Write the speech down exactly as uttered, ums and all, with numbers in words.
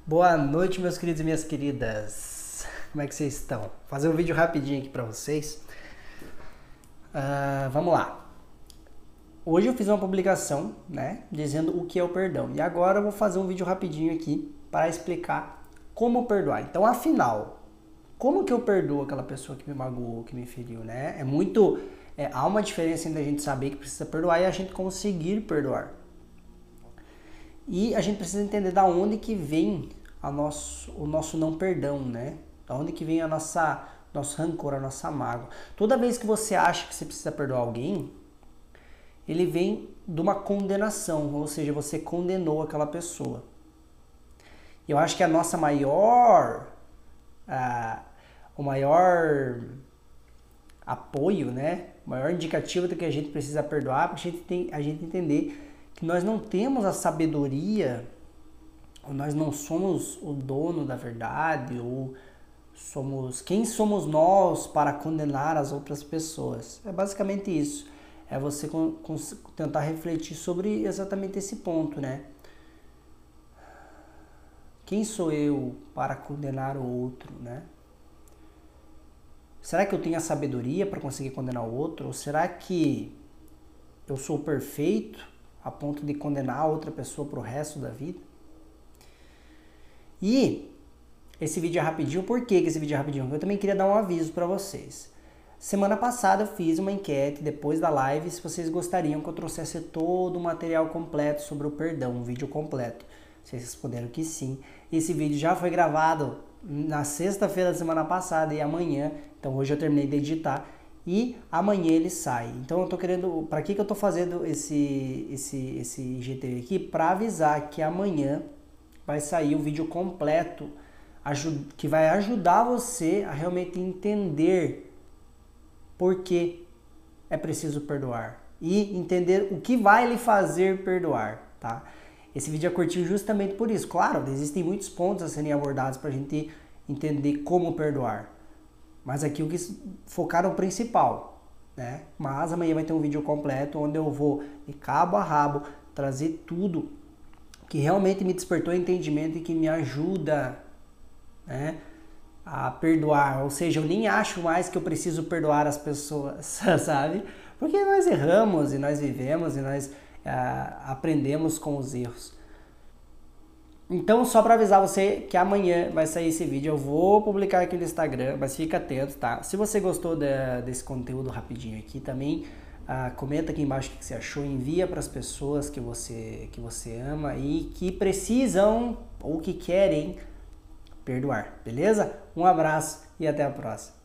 Boa noite, meus queridos e minhas queridas. Como é que vocês estão? Vou fazer um vídeo rapidinho aqui pra vocês. Uh, vamos lá. Hoje eu fiz uma publicação, né, dizendo o que é o perdão. E agora eu vou fazer um vídeo rapidinho aqui para explicar como perdoar. Então, afinal, como que eu perdoo aquela pessoa que me magoou, que me feriu, né? É muito... É, há uma diferença entre a gente saber que precisa perdoar e a gente conseguir perdoar. E a gente precisa entender da onde que vem a nosso, o nosso não perdão, né? Da onde que vem a nossa nosso rancor, a nossa mágoa. Toda vez que você acha que você precisa perdoar alguém, ele vem de uma condenação, ou seja, você condenou aquela pessoa. Eu acho que a nossa maior, a, o maior apoio, né? O maior indicativo do que a gente precisa perdoar, para a gente, tem, a gente entender que nós não temos a sabedoria, ou nós não somos o dono da verdade, ou somos quem somos nós para condenar as outras pessoas. É basicamente isso. É você com, com, tentar refletir sobre exatamente esse ponto, né? Quem sou eu para condenar o outro, né? Será que eu tenho a sabedoria para conseguir condenar o outro? Ou será que eu sou perfeito a ponto de condenar a outra pessoa para o resto da vida? E esse vídeo é rapidinho. Por que esse vídeo é rapidinho? Porque eu também queria dar um aviso para vocês. Semana passada eu fiz uma enquete depois da live se vocês gostariam que eu trouxesse todo o material completo sobre o perdão, um vídeo completo. Vocês responderam que sim. Esse vídeo já foi gravado na sexta-feira da semana passada e amanhã, então hoje eu terminei de editar e amanhã ele sai. Então eu tô querendo, para que que eu tô fazendo esse esse esse I G T V aqui? Para avisar que amanhã vai sair o vídeo completo que vai ajudar você a realmente entender por que é preciso perdoar e entender o que vai lhe fazer perdoar, tá? Esse vídeo é curtinho justamente por isso. Claro, existem muitos pontos a serem abordados para a gente entender como perdoar. Mas aqui eu quis focar no principal, né? Mas amanhã vai ter um vídeo completo onde eu vou de cabo a rabo trazer tudo que realmente me despertou entendimento e que me ajuda, né, a perdoar. Ou seja, eu nem acho mais que eu preciso perdoar as pessoas, sabe? Porque nós erramos e nós vivemos e nós uh, aprendemos com os erros. Então, só para avisar você que amanhã vai sair esse vídeo, eu vou publicar aqui no Instagram, mas fica atento, tá? Se você gostou de, desse conteúdo rapidinho aqui também, uh, comenta aqui embaixo o que você achou, envia para as pessoas que você, que você ama e que precisam ou que querem perdoar, beleza? Um abraço e até a próxima.